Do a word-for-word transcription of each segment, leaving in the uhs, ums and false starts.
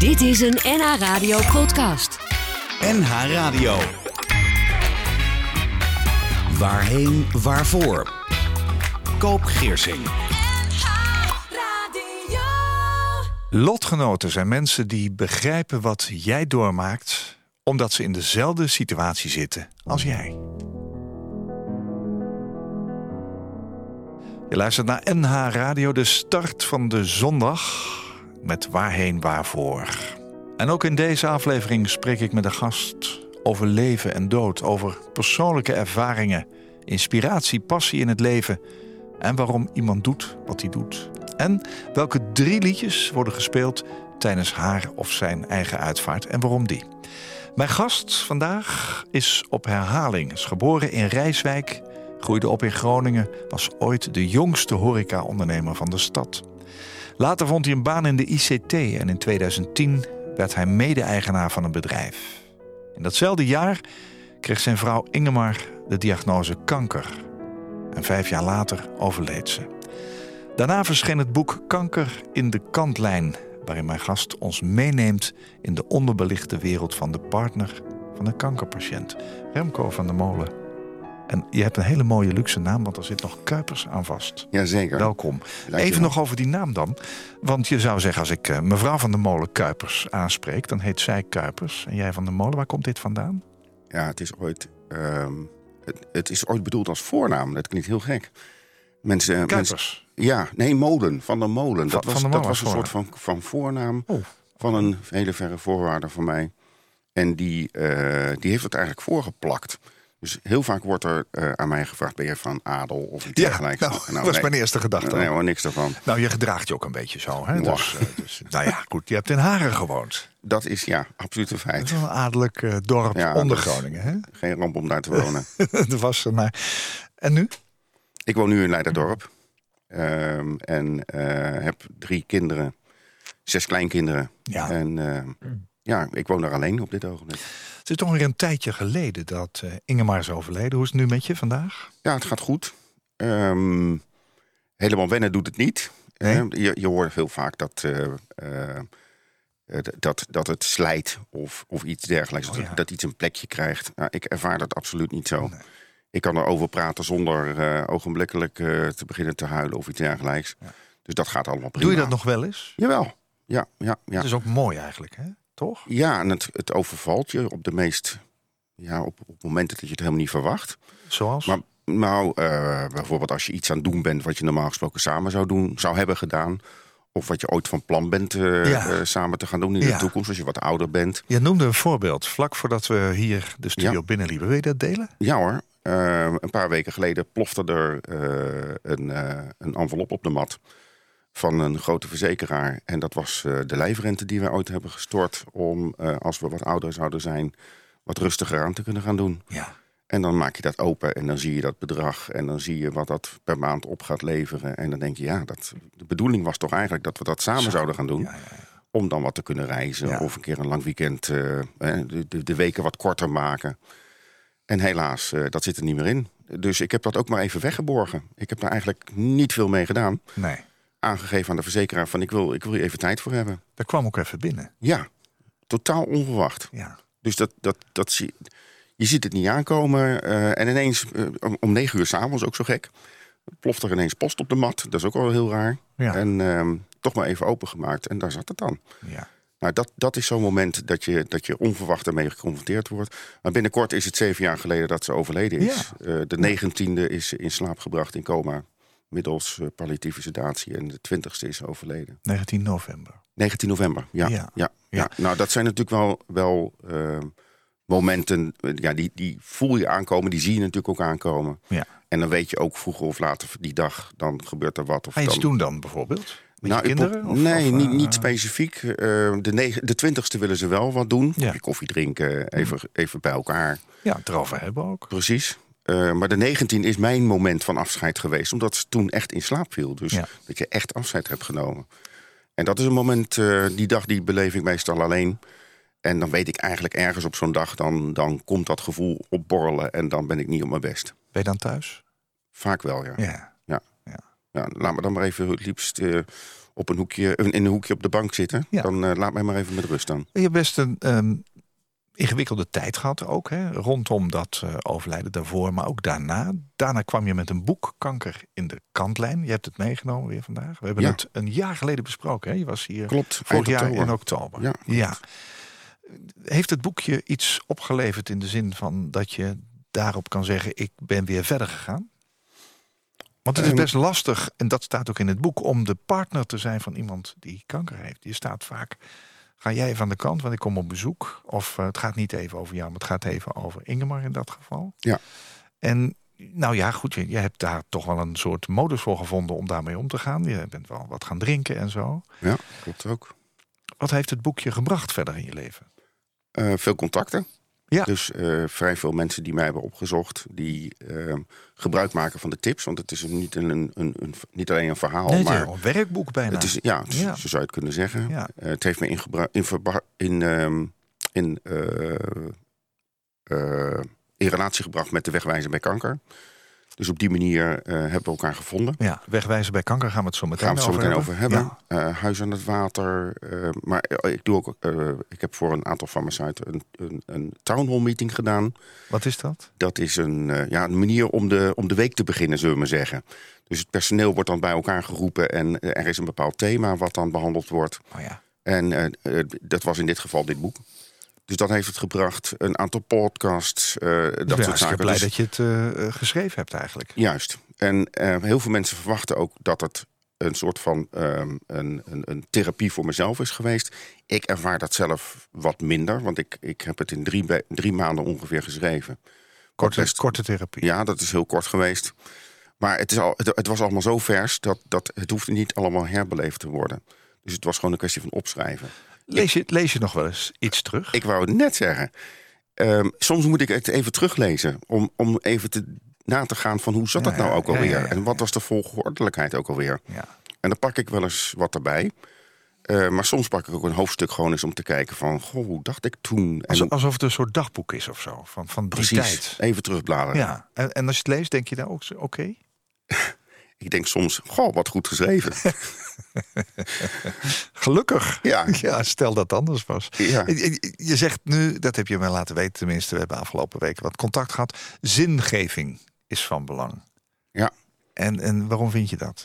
Dit is een N H Radio podcast. N H Radio. Waarheen, waarvoor? Koop Geersing. Lotgenoten zijn mensen die begrijpen wat jij doormaakt, omdat ze in dezelfde situatie zitten als jij. Je luistert naar N H Radio, de start van de zondag met Waarheen, waarvoor. En ook in deze aflevering spreek ik met een gast over leven en dood, over persoonlijke ervaringen, inspiratie, passie in het leven en waarom iemand doet wat hij doet. En welke drie liedjes worden gespeeld tijdens haar of zijn eigen uitvaart en waarom die. Mijn gast vandaag is op herhaling. Is geboren in Rijswijk, groeide op in Groningen, was ooit de jongste horeca-ondernemer van de stad. Later vond hij een baan in de I C T en in tweeduizend tien werd hij mede-eigenaar van een bedrijf. In datzelfde jaar kreeg zijn vrouw Ingemar de diagnose kanker. En vijf jaar later overleed ze. Daarna verscheen het boek Kanker in de kantlijn, waarin mijn gast ons meeneemt in de onderbelichte wereld van de partner van een kankerpatiënt, Remco van der Molen. En je hebt een hele mooie luxe naam, want er zit nog Kuipers aan vast. Jazeker. Welkom. Lijkt Even je nog over die naam dan. Want je zou zeggen, als ik uh, mevrouw van der Molen Kuipers aanspreek, dan heet zij Kuipers en jij van der Molen. Waar komt dit vandaan? Ja, het is ooit, um, het, het is ooit bedoeld als voornaam. Dat klinkt heel gek. Mensen, Kuipers? Mensen, ja, nee, Molen. Van der Molen. Dat Van, was, van der dat was een voornaam. soort van, van voornaam Oh. van een hele verre voorwaarder van mij. En die, uh, die heeft het eigenlijk voorgeplakt. Dus heel vaak wordt er uh, aan mij gevraagd, ben je van adel of iets Ja, dergelijks? nou, nou, dat was nee, mijn eerste gedachte. Nee hoor, niks daarvan. Nou, je gedraagt je ook een beetje zo. Hè? Wow. Dus, uh, dus, nou ja, goed, je hebt in Haren gewoond. Dat is, ja, absoluut een Dat feit. is wel een adellijk uh, dorp Ja, onder dat is Groningen. Hè? Geen ramp om daar te wonen. Dat was er maar. En nu? Ik woon nu in Leiderdorp. Um, en uh, heb drie kinderen. Zes kleinkinderen. Ja. En uh, ja, ik woon daar alleen op dit ogenblik. Het is toch weer een tijdje geleden dat uh, Ingemar is overleden. Hoe is het nu met je vandaag? Ja, het gaat goed. Um, helemaal wennen doet het niet. Nee? Uh, je, je hoort heel vaak dat, uh, uh, dat, dat het slijt of, of iets dergelijks. Oh, ja. dat, dat iets een plekje krijgt. Nou, ik ervaar dat absoluut niet zo. Nee. Ik kan erover praten zonder uh, ogenblikkelijk uh, te beginnen te huilen of iets dergelijks. Ja. Dus dat gaat allemaal prima. Doe je dat nog wel eens? Jawel. Ja, ja, ja. Dat is ook mooi eigenlijk, hè? Toch? Ja, en het, het overvalt je op de meest... Ja, op, op momenten dat je het helemaal niet verwacht. Zoals? Maar nou, uh, bijvoorbeeld als je iets aan het doen bent... wat je normaal gesproken samen zou doen, zou hebben gedaan... of wat je ooit van plan bent uh, Ja. uh, samen te gaan doen in Ja. de toekomst... als je wat ouder bent. Je noemde een voorbeeld, vlak voordat we hier de studio Ja. binnenliepen. Wil je dat delen? Ja hoor, uh, een paar weken geleden plofte er uh, een, uh, een envelop op de mat... van een grote verzekeraar. En dat was uh, de lijfrente die wij ooit hebben gestort... om, uh, als we wat ouder zouden zijn... wat rustiger aan te kunnen gaan doen. Ja. En dan maak je dat open en dan zie je dat bedrag... en dan zie je wat dat per maand op gaat leveren. En dan denk je, ja, dat, de bedoeling was toch eigenlijk... dat we dat samen Zo. zouden gaan doen... Ja, ja, ja. om dan wat te kunnen reizen... Ja. of een keer een lang weekend uh, de, de, de weken wat korter maken. En helaas, uh, dat zit er niet meer in. Dus ik heb dat ook maar even weggeborgen. Ik heb daar eigenlijk niet veel mee gedaan... Nee, aangegeven aan de verzekeraar van ik wil, ik wil hier even tijd voor hebben. dat kwam ook even binnen. Ja, totaal onverwacht. Ja. Dus dat, dat, dat zie, je ziet het niet aankomen. Uh, en ineens, uh, om, om negen uur s'avonds, ook zo gek... ploft er ineens post op de mat. Dat is ook wel heel raar. Ja. En uh, toch maar even opengemaakt. En daar zat het dan. Ja. Nou, dat, dat is zo'n moment dat je, dat je onverwacht ermee geconfronteerd wordt. Maar binnenkort is het zeven jaar geleden dat ze overleden is. Ja. Uh, de negentiende is ze in slaap gebracht in coma... middels uh, palliatieve sedatie. En de twintigste is overleden. negentien november. negentien november, ja. Ja. ja. ja, Ja. Nou, dat zijn natuurlijk wel, wel uh, momenten... Uh, ja, die, die voel je aankomen, die zie je natuurlijk ook aankomen. Ja. En dan weet je ook vroeger of later die dag... dan gebeurt er wat. Of Ga je iets dan... doen dan bijvoorbeeld? Met Nou, je ik kinderen? pro- Of, nee, of, niet, uh, niet specifiek. Uh, de, negen, de twintigste willen ze wel wat doen. Ja. Koffie drinken, even, even bij elkaar. Ja, het erover hebben ook. Precies. Uh, maar de negentiende is mijn moment van afscheid geweest. Omdat ze toen echt in slaap viel. Dus Ja. dat je echt afscheid hebt genomen. En dat is een moment, uh, die dag die beleef ik meestal alleen. En dan weet ik eigenlijk ergens op zo'n dag... Dan, dan komt dat gevoel opborrelen en dan ben ik niet op mijn best. Ben je dan thuis? Vaak wel, ja. Ja. Ja, laat me dan maar even het liefst uh, op een hoekje, in een hoekje op de bank zitten. Ja. Dan uh, laat mij maar even met rust dan. Je hebt best een um, ingewikkelde tijd gehad ook, hè? Rondom dat uh, overlijden daarvoor, maar ook daarna. Daarna kwam je met een boek, Kanker in de kantlijn. Je hebt het meegenomen weer vandaag. We hebben ja. het een jaar geleden besproken. Hè? Je was hier Klopt, vorig jaar oktober. in oktober. Ja, ja. Heeft het boekje iets opgeleverd in de zin van dat je daarop kan zeggen, ik ben weer verder gegaan? Want het is best lastig, en dat staat ook in het boek, om de partner te zijn van iemand die kanker heeft. Je staat vaak, ga jij even aan de kant, want ik kom op bezoek. Of uh, het gaat niet even over jou, maar het gaat even over Ingemar in dat geval. Ja. En nou ja, goed, je, je hebt daar toch wel een soort modus voor gevonden om daarmee om te gaan. Je bent wel wat gaan drinken en zo. Ja, klopt ook. Wat heeft het boekje gebracht verder in je leven? Uh, veel contacten. Ja. Dus uh, vrij veel mensen die mij hebben opgezocht, die uh, gebruik maken van de tips. Want het is niet, een, een, een, niet alleen een verhaal, nee, maar een werkboek bijna. Het is, ja, het, ja, zo zou je het kunnen zeggen. Ja. Uh, het heeft me in, gebru- in, verba- in, um, in, uh, uh, in relatie gebracht met de wegwijzer bij kanker. Dus op die manier uh, hebben we elkaar gevonden. Ja, wegwijzen bij kanker gaan we het zo meteen, gaan we het zo meteen over over hebben. Ja. Uh, huis aan het water. Uh, maar ik doe ook. Uh, ik heb voor een aantal farmaceuten een, een, een town hall meeting gedaan. Wat is dat? Dat is een, uh, ja, een manier om de, om de week te beginnen, zullen we maar zeggen. Dus het personeel wordt dan bij elkaar geroepen en er is een bepaald thema wat dan behandeld wordt. Oh ja. En uh, uh, dat was in dit geval dit boek. Dus dat heeft het gebracht. Een aantal podcasts, uh, dat ben soort zaken. blij dus, dat je het uh, geschreven hebt eigenlijk. Juist. En uh, heel veel mensen verwachten ook dat het een soort van um, een, een, een therapie voor mezelf is geweest. Ik ervaar dat zelf wat minder, want ik, ik heb het in drie, drie maanden ongeveer geschreven. Korte, best, korte therapie. Ja, dat is heel kort geweest. Maar het, is al, het, het was allemaal zo vers dat, dat het hoefde niet allemaal herbeleefd te worden. Dus het was gewoon een kwestie van opschrijven. Lees je, lees je nog wel eens iets terug? Ik wou het net zeggen. Um, soms moet ik het even teruglezen om, om even te, na te gaan van hoe zat ja, het nou ook alweer? Ja, ja, ja, ja, en wat ja. was de volgordelijkheid ook alweer? Ja. En dan pak ik wel eens wat erbij. Uh, maar soms pak ik ook een hoofdstuk gewoon eens om te kijken van, goh, hoe dacht ik toen? Alsof, en, alsof het een soort dagboek is of zo, van, van die precies, tijd. Even terugbladeren. Ja. En, en als je het leest, denk je daar ook oké? Okay? Ik denk soms, goh, wat goed geschreven. Gelukkig. Ja. ja, stel dat het anders was. Ja. Je, je zegt nu, dat heb je me laten weten tenminste, we hebben afgelopen weken wat contact gehad. Zingeving is van belang. Ja. En, en waarom vind je dat?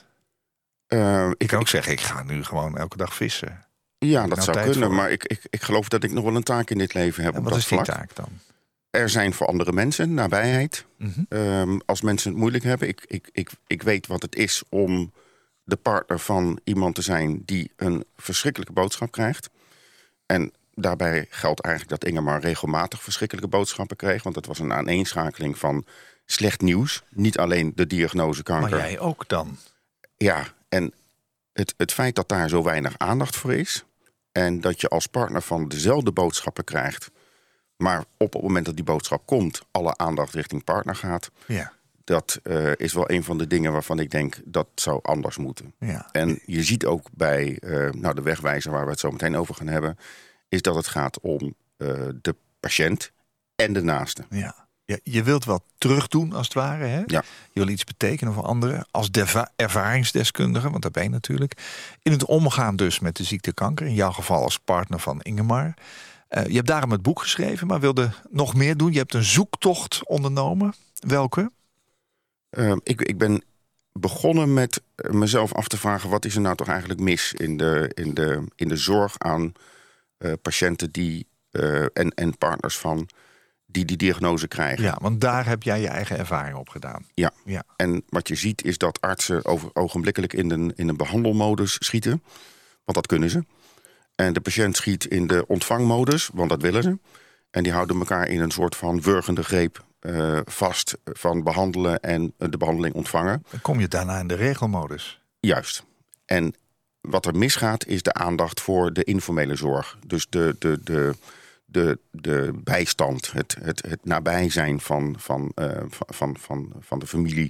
Uh, Ik kan ook zeggen, ik ga nu gewoon elke dag vissen. Ja, Heb dat nou zou tijd kunnen. voor? Maar ik, ik, ik geloof dat ik nog wel een taak in dit leven heb. En op wat dat is die vlak. taak dan? Er zijn voor andere mensen nabijheid. Mm-hmm. Um, als mensen het moeilijk hebben. Ik, ik, ik, ik weet wat het is om de partner van iemand te zijn die een verschrikkelijke boodschap krijgt. En daarbij geldt eigenlijk dat Ingemar regelmatig verschrikkelijke boodschappen kreeg. Want dat was een aaneenschakeling van slecht nieuws. Niet alleen de diagnose kanker. Maar jij ook dan? Ja, en het, het feit dat daar zo weinig aandacht voor is. En dat je als partner van dezelfde boodschappen krijgt. Maar op het moment dat die boodschap komt, alle aandacht richting partner gaat. Ja. Dat uh, is wel een van de dingen waarvan ik denk dat zou anders moeten. Ja. En je ziet ook bij uh, nou, de wegwijzer waar we het zo meteen over gaan hebben, is dat het gaat om uh, de patiënt en de naaste. Ja. Ja, je wilt wat terugdoen als het ware. Hè? Ja. Je wil iets betekenen voor anderen. Als deva- ervaringsdeskundige, want dat ben je natuurlijk. In het omgaan dus met de ziekte kanker. In jouw geval als partner van Ingemar. Uh, je hebt daarom het boek geschreven, maar wilde nog meer doen. Je hebt een zoektocht ondernomen. Welke? Uh, ik, ik ben begonnen met mezelf af te vragen, wat is er nou toch eigenlijk mis in de, in de, in de zorg aan uh, patiënten die, uh, en, en partners van die die diagnose krijgen. Ja, want daar heb jij je eigen ervaring op gedaan. Ja, ja. En wat je ziet is dat artsen over, ogenblikkelijk in een, in een behandelmodus schieten. Want dat kunnen ze. En de patiënt schiet in de ontvangmodus, want dat willen ze. En die houden elkaar in een soort van wurgende greep uh, vast van behandelen en de behandeling ontvangen. Dan kom je daarna in de regelmodus. Juist. En wat er misgaat is de aandacht voor de informele zorg. Dus de, de, de, de, de bijstand, het, het, het nabij zijn van, van, uh, van, van, van de familie.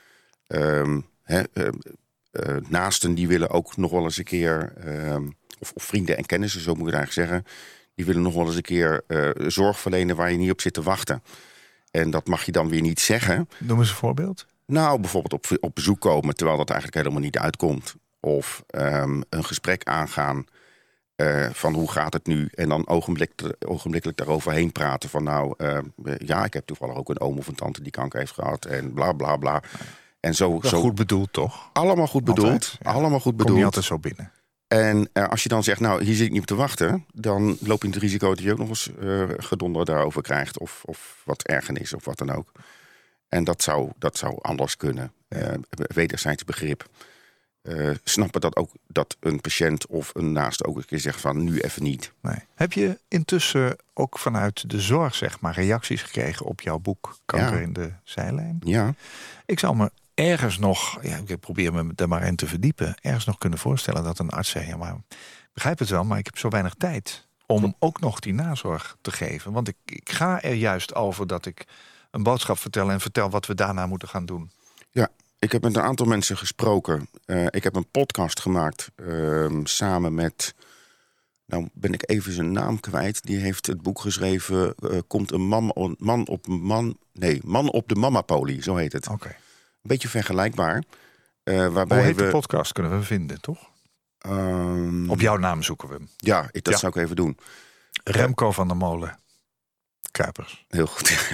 Um, he, uh, uh, naasten die willen ook nog wel eens een keer, um, of, of vrienden en kennissen, zo moet ik het eigenlijk zeggen, die willen nog wel eens een keer uh, zorg verlenen waar je niet op zit te wachten. En dat mag je dan weer niet zeggen. Noem eens een voorbeeld. Nou, bijvoorbeeld op, op bezoek komen, terwijl dat eigenlijk helemaal niet uitkomt. of um, een gesprek aangaan uh, van hoe gaat het nu? En dan ogenblik, ogenblikkelijk daaroverheen praten van nou, uh, ja, ik heb toevallig ook een oom of een tante die kanker heeft gehad en bla bla bla. En zo, zo zo goed bedoeld, toch? Allemaal goed bedoeld. Altijd, ja. Allemaal goed bedoeld. Kom je altijd zo binnen. En uh, als je dan zegt, nou, hier zit ik niet op te wachten, dan loop je het risico dat je ook nog eens uh, gedonder daarover krijgt. Of, of wat ergernis of wat dan ook. En dat zou, dat zou anders kunnen. Uh, wederzijds begrip. Uh, snappen dat ook dat een patiënt of een naaste ook een keer zegt van nu even niet. Nee. Heb je intussen ook vanuit de zorg, zeg maar, reacties gekregen op jouw boek Kanker ja. in de zijlijn? Ja. Ik zou me ergens nog, ja, ik probeer me er maar in te verdiepen, ergens nog kunnen voorstellen dat een arts zegt, ja, maar ik begrijp het wel, maar ik heb zo weinig tijd om ook nog die nazorg te geven. Want ik, ik ga er juist over dat ik een boodschap vertel en vertel wat we daarna moeten gaan doen. Ja, ik heb met een aantal mensen gesproken. Uh, ik heb een podcast gemaakt uh, samen met, nou ben ik even zijn naam kwijt. Die heeft het boek geschreven, uh, komt een man, man op man, nee, man op de mamapolie, zo heet het. Oké. Okay. Een beetje vergelijkbaar. Uh, waarbij Hoe heet we, de podcast? Kunnen we vinden, toch? Um, op jouw naam zoeken we hem. Ja, ik, dat ja. zou ik even doen. Remco van der Molen. Kuipers. Heel goed.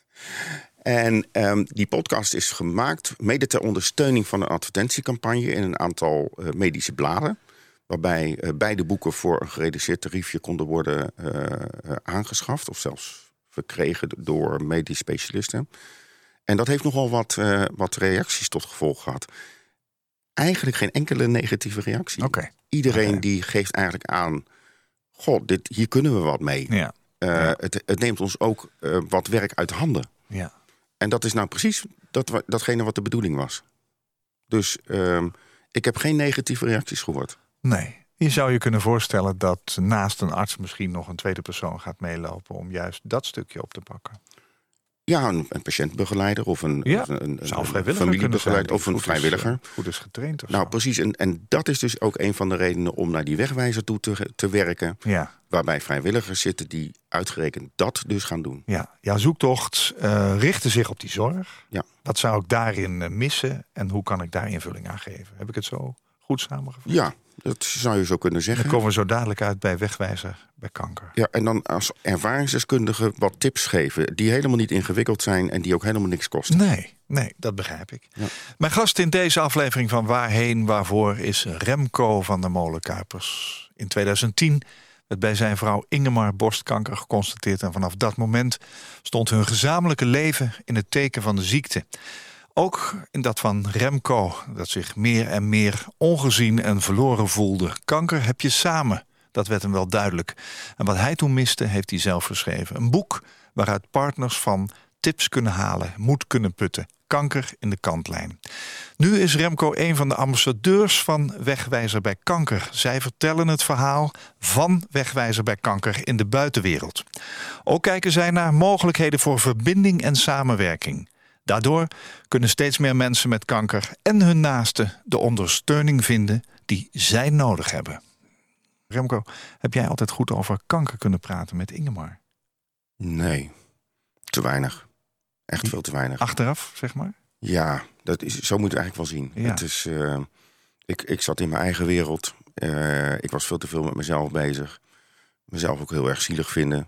En um, die podcast is gemaakt mede ter ondersteuning van een advertentiecampagne in een aantal uh, medische bladen. Waarbij uh, beide boeken voor een gereduceerd tariefje konden worden uh, uh, aangeschaft. Of zelfs verkregen door medisch specialisten. En dat heeft nogal wat, uh, wat reacties tot gevolg gehad. Eigenlijk geen enkele negatieve reactie. Okay. Iedereen okay. die geeft eigenlijk aan, god, dit, hier kunnen we wat mee. Ja. Uh, ja. het, het neemt ons ook uh, wat werk uit handen. Ja. En dat is nou precies dat, datgene wat de bedoeling was. Dus uh, ik heb geen negatieve reacties gehoord. Nee. Je zou je kunnen voorstellen dat naast een arts misschien nog een tweede persoon gaat meelopen om juist dat stukje op te pakken. Ja, een, een patiëntbegeleider of een, ja, of een, een, zou een familiebegeleider of een goed vrijwilliger. Is, goed is getraind of Nou, zo. precies. En, en dat is dus ook een van de redenen om naar die wegwijzer toe te, te werken. Ja. Waarbij vrijwilligers zitten die uitgerekend dat dus gaan doen. Ja, jouw zoektocht uh, richtte zich op die zorg. Ja. Wat zou ik daarin uh, missen en hoe kan ik daar invulling aan geven? Heb ik het zo goed samengevat? Ja, dat zou je zo kunnen zeggen. Dan komen we zo dadelijk uit bij wegwijzer bij kanker. Ja, en dan als ervaringsdeskundige wat tips geven die helemaal niet ingewikkeld zijn en die ook helemaal niks kosten. Nee, nee, dat begrijp ik. Ja. Mijn gast in deze aflevering van Waarheen Waarvoor is Remco van der Molen Kuipers. In tweeduizend tien werd bij zijn vrouw Ingemar borstkanker geconstateerd en vanaf dat moment stond hun gezamenlijke leven in het teken van de ziekte. Ook in dat van Remco, dat zich meer en meer ongezien en verloren voelde. Kanker heb je samen, dat werd hem wel duidelijk. En wat hij toen miste, heeft hij zelf geschreven. Een boek waaruit partners van tips kunnen halen, moed kunnen putten. Kanker in de kantlijn. Nu is Remco een van de ambassadeurs van Wegwijzer bij Kanker. Zij vertellen het verhaal van Wegwijzer bij Kanker in de buitenwereld. Ook kijken zij naar mogelijkheden voor verbinding en samenwerking. Daardoor kunnen steeds meer mensen met kanker en hun naasten de ondersteuning vinden die zij nodig hebben. Remco, heb jij altijd goed over kanker kunnen praten met Ingemar? Nee, te weinig. Echt veel te weinig. Achteraf, zeg maar? Ja, dat is, zo moet je het eigenlijk wel zien. Ja. Het is, uh, ik, ik zat in mijn eigen wereld. Uh, ik was veel te veel met mezelf bezig. Mezelf ook heel erg zielig vinden.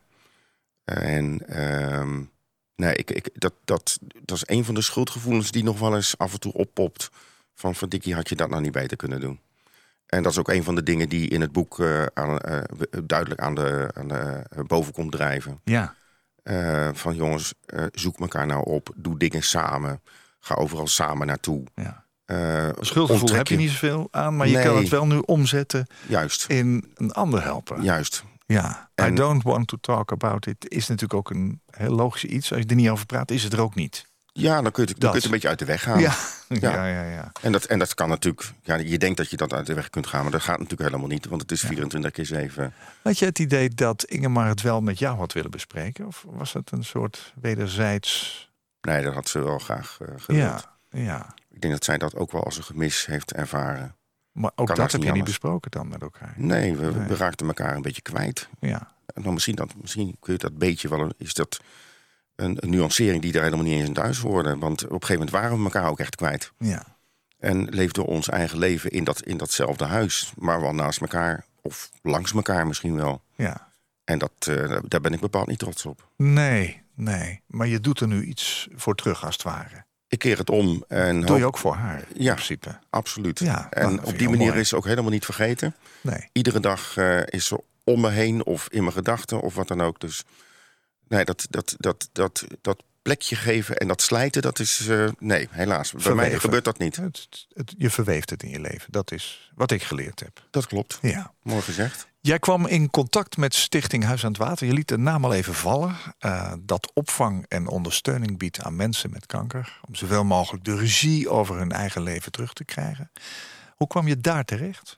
En uh, nee, ik, ik, dat, dat, dat is een van de schuldgevoelens die nog wel eens af en toe oppopt. Van verdikkie, had je dat nou niet beter kunnen doen? En dat is ook een van de dingen die in het boek uh, aan, uh, duidelijk aan de, aan de uh, boven komt drijven. Ja. Uh, van jongens, uh, zoek elkaar nou op. Doe dingen samen. Ga overal samen naartoe. Ja. Uh, Schuldgevoel heb je niet zoveel aan, maar je nee. kan het wel nu omzetten. Juist. In een ander helpen. Juist. Ja, en I don't want to talk about it is natuurlijk ook een heel logisch iets. Als je er niet over praat, is het er ook niet. Ja, dan kun je het, dan kun je het een beetje uit de weg gaan. Ja, ja, ja. ja, ja. En, dat, en dat kan natuurlijk... Ja, je denkt dat je dat uit de weg kunt gaan, maar dat gaat natuurlijk helemaal niet. Want het is vierentwintig keer zeven. Had je het idee dat Ingemar het wel met jou had willen bespreken? Of was het een soort wederzijds... Nee, dat had ze wel graag uh, gewild. Ja, ja. Ik denk dat zij dat ook wel als een gemis heeft ervaren. Maar ook kan dat heb niet je niet anders. besproken dan met elkaar? Nee, we, nee. we raakten elkaar een beetje kwijt. Ja. Nou, misschien, dat, misschien kun je dat beetje wel... Is dat een, een nuancering die er helemaal niet eens in thuis hoorde. Want op een gegeven moment waren we elkaar ook echt kwijt. Ja. En leefden ons eigen leven in, dat, in datzelfde huis. Maar wel naast elkaar of langs elkaar misschien wel. Ja. En dat, uh, daar ben ik bepaald niet trots op. Nee, nee. Maar je doet er nu iets voor terug als het ware. Ik keer het om. En Doe hoop... je ook voor haar, in ja, principe. Absoluut. Ja, en nou, op die manier mooi. Is ze ook helemaal niet vergeten. Nee. Iedere dag uh, is ze om me heen of in mijn gedachten of wat dan ook. Dus nee, dat, dat, dat, dat, dat plekje geven en dat slijten, dat is... Uh, nee, helaas. Verweven. Bij mij gebeurt dat niet. Het, het, je verweeft het in je leven. Dat is wat ik geleerd heb. Dat klopt. Ja. Mooi gezegd. Jij kwam in contact met Stichting Huis aan het Water. Je liet de naam al even vallen. Uh, dat opvang en ondersteuning biedt aan mensen met kanker. Om zoveel mogelijk de regie over hun eigen leven terug te krijgen. Hoe kwam je daar terecht?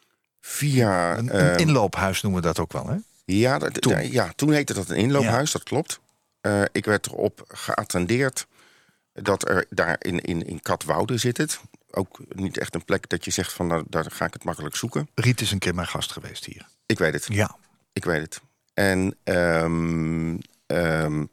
Via... Een, uh, een inloophuis noemen we dat ook wel, hè? Ja, dat, toen. ja, toen heette dat een inloophuis, ja. Dat klopt. Uh, ik werd erop geattendeerd dat er daar in, in, in Katwoude zit het. Ook niet echt een plek dat je zegt van nou, daar ga ik het makkelijk zoeken. Riet is een keer mijn gast geweest hier. Ik weet het. Ja. Ik weet het. En um, um,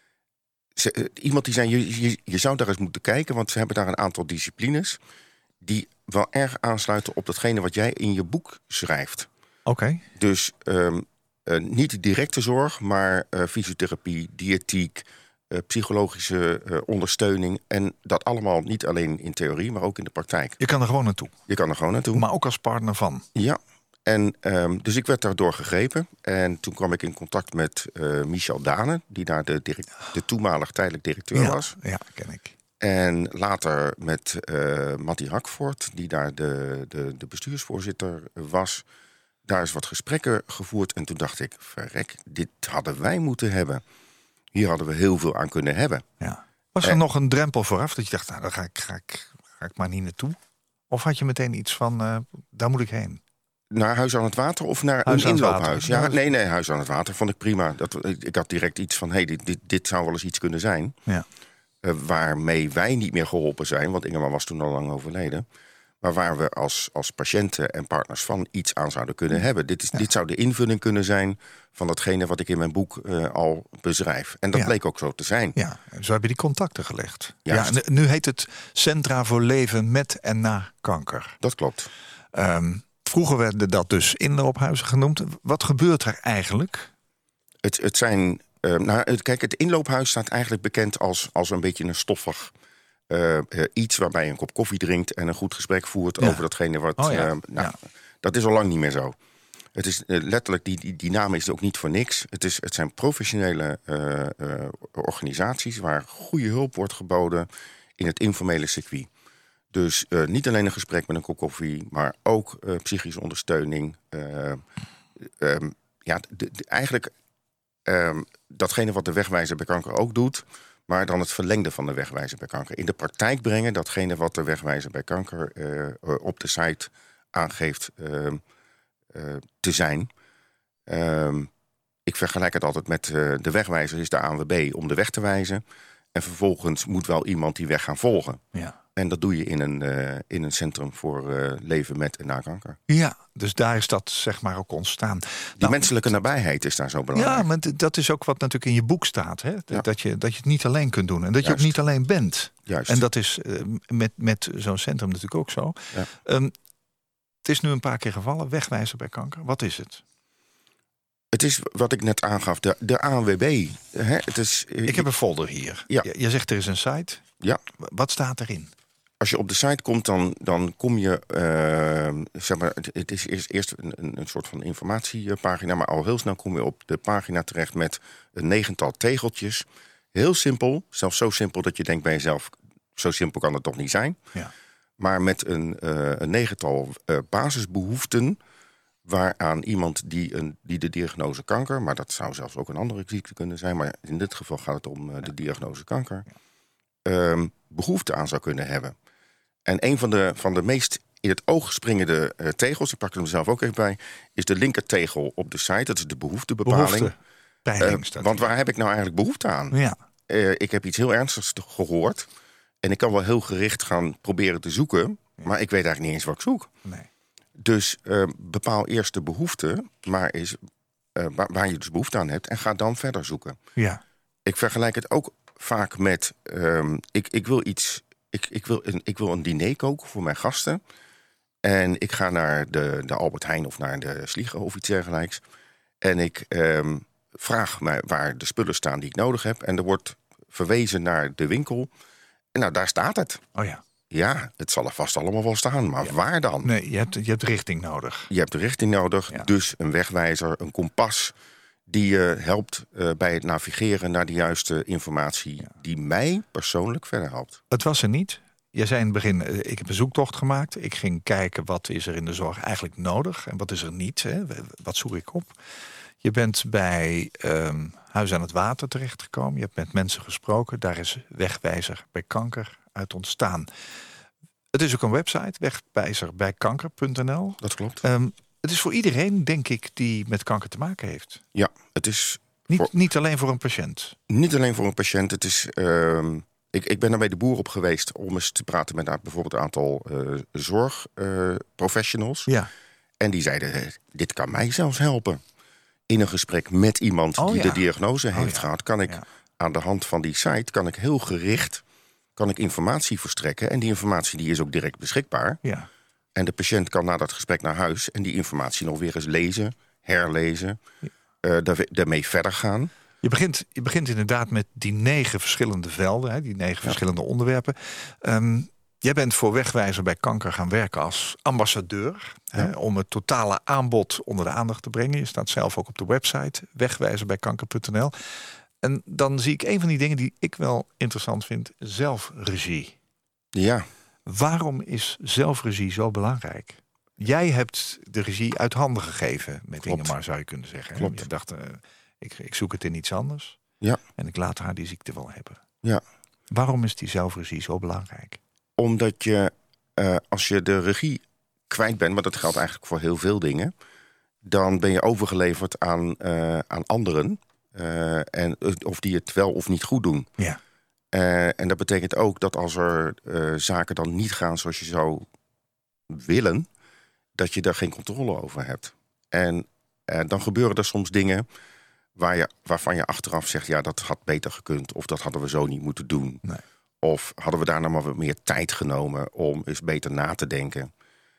ze, iemand die zei, je, je, je zou daar eens moeten kijken, want ze hebben daar een aantal disciplines die wel erg aansluiten op datgene wat jij in je boek schrijft. Oké. Okay. Dus um, uh, niet directe zorg, maar uh, fysiotherapie, diëtiek, uh, psychologische uh, ondersteuning. En dat allemaal niet alleen in theorie, maar ook in de praktijk. Je kan er gewoon naartoe. Je kan er gewoon naartoe. Maar ook als partner van. Ja. En um, dus ik werd daardoor gegrepen. En toen kwam ik in contact met uh, Michel Dane, die daar de, direct, de toenmalig tijdelijk directeur ja, was. Ja, ken ik. En later met uh, Mattie Hakvoort, die daar de, de, de bestuursvoorzitter was. Daar is wat gesprekken gevoerd. En toen dacht ik, verrek, dit hadden wij moeten hebben. Hier hadden we heel veel aan kunnen hebben. Ja. Was er en, nog een drempel vooraf dat je dacht, nou, daar ga ik, ga, ik, ga ik maar niet naartoe? Of had je meteen iets van, uh, daar moet ik heen? Naar Huis aan het Water of naar Huis een inloophuis? Ja, nee, nee, Huis aan het Water vond ik prima. Dat, ik had direct iets van, hé, hey, dit, dit, dit zou wel eens iets kunnen zijn. Ja. Uh, waarmee wij niet meer geholpen zijn, want Ingeman was toen al lang overleden. Maar waar we als, als patiënten en partners van iets aan zouden kunnen hebben. Dit, is, ja. dit zou de invulling kunnen zijn van datgene wat ik in mijn boek uh, al beschrijf. En dat ja. bleek ook zo te zijn. Ja, zo heb je die contacten gelegd. Juist. Ja, nu heet het Centra voor Leven met en na kanker. Dat klopt. Um, vroeger werden dat dus inloophuizen genoemd. Wat gebeurt er eigenlijk? Het, het zijn... Uh, nou, kijk, het inloophuis staat eigenlijk bekend als, als een beetje een stoffig... Uh, uh, iets waarbij je een kop koffie drinkt en een goed gesprek voert ja. over datgene wat... Oh, ja. uh, nou, ja. Dat is al lang niet meer zo. Het is uh, letterlijk, die, die, die naam is ook niet voor niks. Het, is, het zijn professionele uh, uh, organisaties waar goede hulp wordt geboden in het informele circuit. Dus uh, niet alleen een gesprek met een kop koffie, maar ook uh, psychische ondersteuning. Uh, um, ja, de, de, eigenlijk um, datgene wat de Wegwijzer bij kanker ook doet, maar dan het verlengde van de Wegwijzer bij kanker. In de praktijk brengen datgene wat de Wegwijzer bij kanker uh, op de site aangeeft uh, uh, te zijn. Uh, ik vergelijk het altijd met uh, de Wegwijzer is de A N W B om de weg te wijzen. En vervolgens moet wel iemand die weg gaan volgen. Ja. En dat doe je in een, uh, in een centrum voor uh, leven met en na kanker. Ja, dus daar is dat zeg maar ook ontstaan. Die nou, menselijke nabijheid is daar zo belangrijk. Ja, maar dat is ook wat natuurlijk in je boek staat. Hè? Ja. Dat, je, dat je het niet alleen kunt doen. En dat je Juist. ook niet alleen bent. Juist. En dat is uh, met, met zo'n centrum natuurlijk ook zo. Ja. Um, het is nu een paar keer gevallen. Wegwijzer bij kanker. Wat is het? Het is wat ik net aangaf, de, de A N W B. Hè? Het is, ik heb een folder hier. Ja. Je, je zegt er is een site. Ja. Wat staat erin? Als je op de site komt, dan, dan kom je... Uh, zeg maar, het, het is eerst, eerst een, een soort van informatiepagina, maar al heel snel kom je op de pagina terecht met een negental tegeltjes. Heel simpel, zelfs zo simpel dat je denkt bij jezelf, zo simpel kan het toch niet zijn. Ja. Maar met een, uh, een negental uh, basisbehoeften waaraan iemand die, een, die de diagnose kanker, maar dat zou zelfs ook een andere ziekte kunnen zijn, maar in dit geval gaat het om uh, de diagnose kanker, uh, behoefte aan zou kunnen hebben. En een van de, van de meest in het oog springende uh, tegels, ik pak er mezelf ook even bij, is de linkertegel op de site. Dat is de behoeftebepaling. Behoefte. Uh, want waar heb ik nou eigenlijk behoefte aan? Ja. Uh, ik heb iets heel ernstigs gehoord. En ik kan wel heel gericht gaan proberen te zoeken. Ja. Maar ik weet eigenlijk niet eens wat ik zoek. Nee. Dus uh, bepaal eerst de behoefte, maar is, uh, waar, waar je dus behoefte aan hebt. En ga dan verder zoeken. Ja. Ik vergelijk het ook vaak met, um, ik, ik wil iets ik, ik, wil een, ik wil een diner koken voor mijn gasten. En ik ga naar de, de Albert Heijn of naar de Sliege of iets dergelijks. En ik um, vraag mij waar de spullen staan die ik nodig heb. En er wordt verwezen naar de winkel. En nou, daar staat het. Oh ja. Ja, het zal er vast allemaal wel staan. Maar ja. waar dan? Nee, je hebt, je hebt richting nodig. Je hebt de richting nodig. Ja. Dus een wegwijzer, een kompas die je helpt uh, bij het navigeren naar de juiste informatie. Ja. Die mij persoonlijk verder helpt. Het was er niet. Je zei in het begin, ik heb een zoektocht gemaakt. Ik ging kijken wat is er in de zorg eigenlijk nodig. En wat is er niet. Hè? Wat zoek ik op? Je bent bij um, Huis aan het Water terechtgekomen. Je hebt met mensen gesproken. Daar is Wegwijzer bij Kanker uit ontstaan. Het is ook een website, wegwijzer bij kanker punt n l. Dat klopt. Um, het is voor iedereen, denk ik, die met kanker te maken heeft. Ja, het is... Niet, voor... niet alleen voor een patiënt. Niet alleen voor een patiënt. Het is... Uh... Ik, ik ben daar bij de boer op geweest om eens te praten met bijvoorbeeld een aantal uh, zorgprofessionals. Uh, ja. En die zeiden, dit kan mij zelfs helpen. In een gesprek met iemand oh, die ja. de diagnose oh, heeft ja. gehad, kan ik ja. aan de hand van die site kan ik heel gericht kan ik informatie verstrekken. En die informatie die is ook direct beschikbaar. Ja. En de patiënt kan na dat gesprek naar huis en die informatie nog weer eens lezen, herlezen, ja. uh, daar, daarmee verder gaan. Je begint, je begint inderdaad met die negen verschillende velden, hè, die negen ja. verschillende onderwerpen. Um, jij bent voor Wegwijzer bij Kanker gaan werken als ambassadeur. Ja. Hè, om het totale aanbod onder de aandacht te brengen. Je staat zelf ook op de website wegwijzer bij kanker punt n l. En dan zie ik een van die dingen die ik wel interessant vind. Zelfregie. Ja. Waarom is zelfregie zo belangrijk? Jij hebt de regie uit handen gegeven met Ingemar, zou je kunnen zeggen. Klopt. Je dacht... Uh, Ik, ik zoek het in iets anders. Ja. En ik laat haar die ziekte wel hebben. Ja. Waarom is die zelfregie zo belangrijk? Omdat je, uh, als je de regie kwijt bent, maar dat geldt eigenlijk voor heel veel dingen, dan ben je overgeleverd aan, uh, aan anderen. Uh, en of die het wel of niet goed doen. Ja. Uh, en dat betekent ook dat als er uh, zaken dan niet gaan zoals je zou willen, dat je daar geen controle over hebt. En uh, dan gebeuren er soms dingen Waar je, waarvan je achteraf zegt, ja, dat had beter gekund. Of dat hadden we zo niet moeten doen. Nee. Of hadden we daar nou maar wat meer tijd genomen om eens beter na te denken.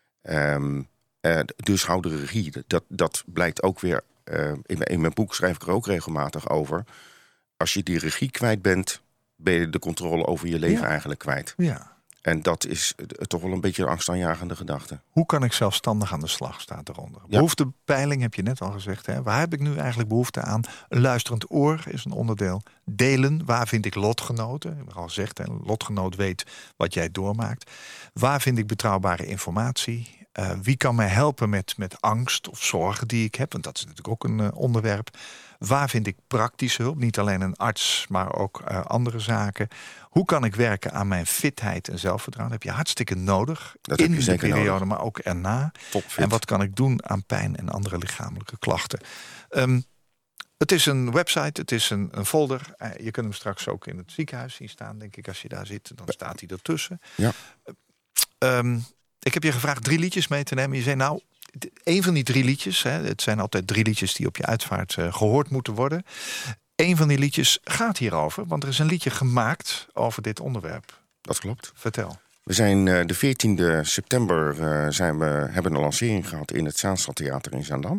Um, uh, dus hou de regie. Dat, dat blijkt ook weer, uh, in, in mijn boek schrijf ik er ook regelmatig over. Als je die regie kwijt bent, ben je de controle over je leven ja. eigenlijk kwijt. Ja. En dat is toch wel een beetje een angstaanjagende gedachte. Hoe kan ik zelfstandig aan de slag, staat eronder. Ja. Behoeftepeiling heb je net al gezegd. Hè? Waar heb ik nu eigenlijk behoefte aan? Een luisterend oor is een onderdeel. Delen, waar vind ik lotgenoten? Ik heb al gezegd, een lotgenoot weet wat jij doormaakt. Waar vind ik betrouwbare informatie? Uh, wie kan mij helpen met, met angst of zorgen die ik heb? Want dat is natuurlijk ook een uh, onderwerp. Waar vind ik praktische hulp? Niet alleen een arts, maar ook uh, andere zaken. Hoe kan ik werken aan mijn fitheid en zelfvertrouwen? Dat heb je hartstikke nodig. Dat in heb je de periode, nodig. Maar ook erna. Topfit. En wat kan ik doen aan pijn en andere lichamelijke klachten? Um, het is een website, het is een, een folder. Uh, je kunt hem straks ook in het ziekenhuis zien staan, denk ik. Als je daar zit, dan staat hij ertussen. Ja. Uh, um, ik heb je gevraagd drie liedjes mee te nemen. Je zei nou, een van die drie liedjes, hè, het zijn altijd drie liedjes die op je uitvaart uh, gehoord moeten worden. Een van die liedjes gaat hierover, want er is een liedje gemaakt over dit onderwerp. Dat klopt. Vertel. We zijn uh, de veertiende september uh, zijn we, hebben een lancering gehad in het Zaanstadtheater in Zaandam.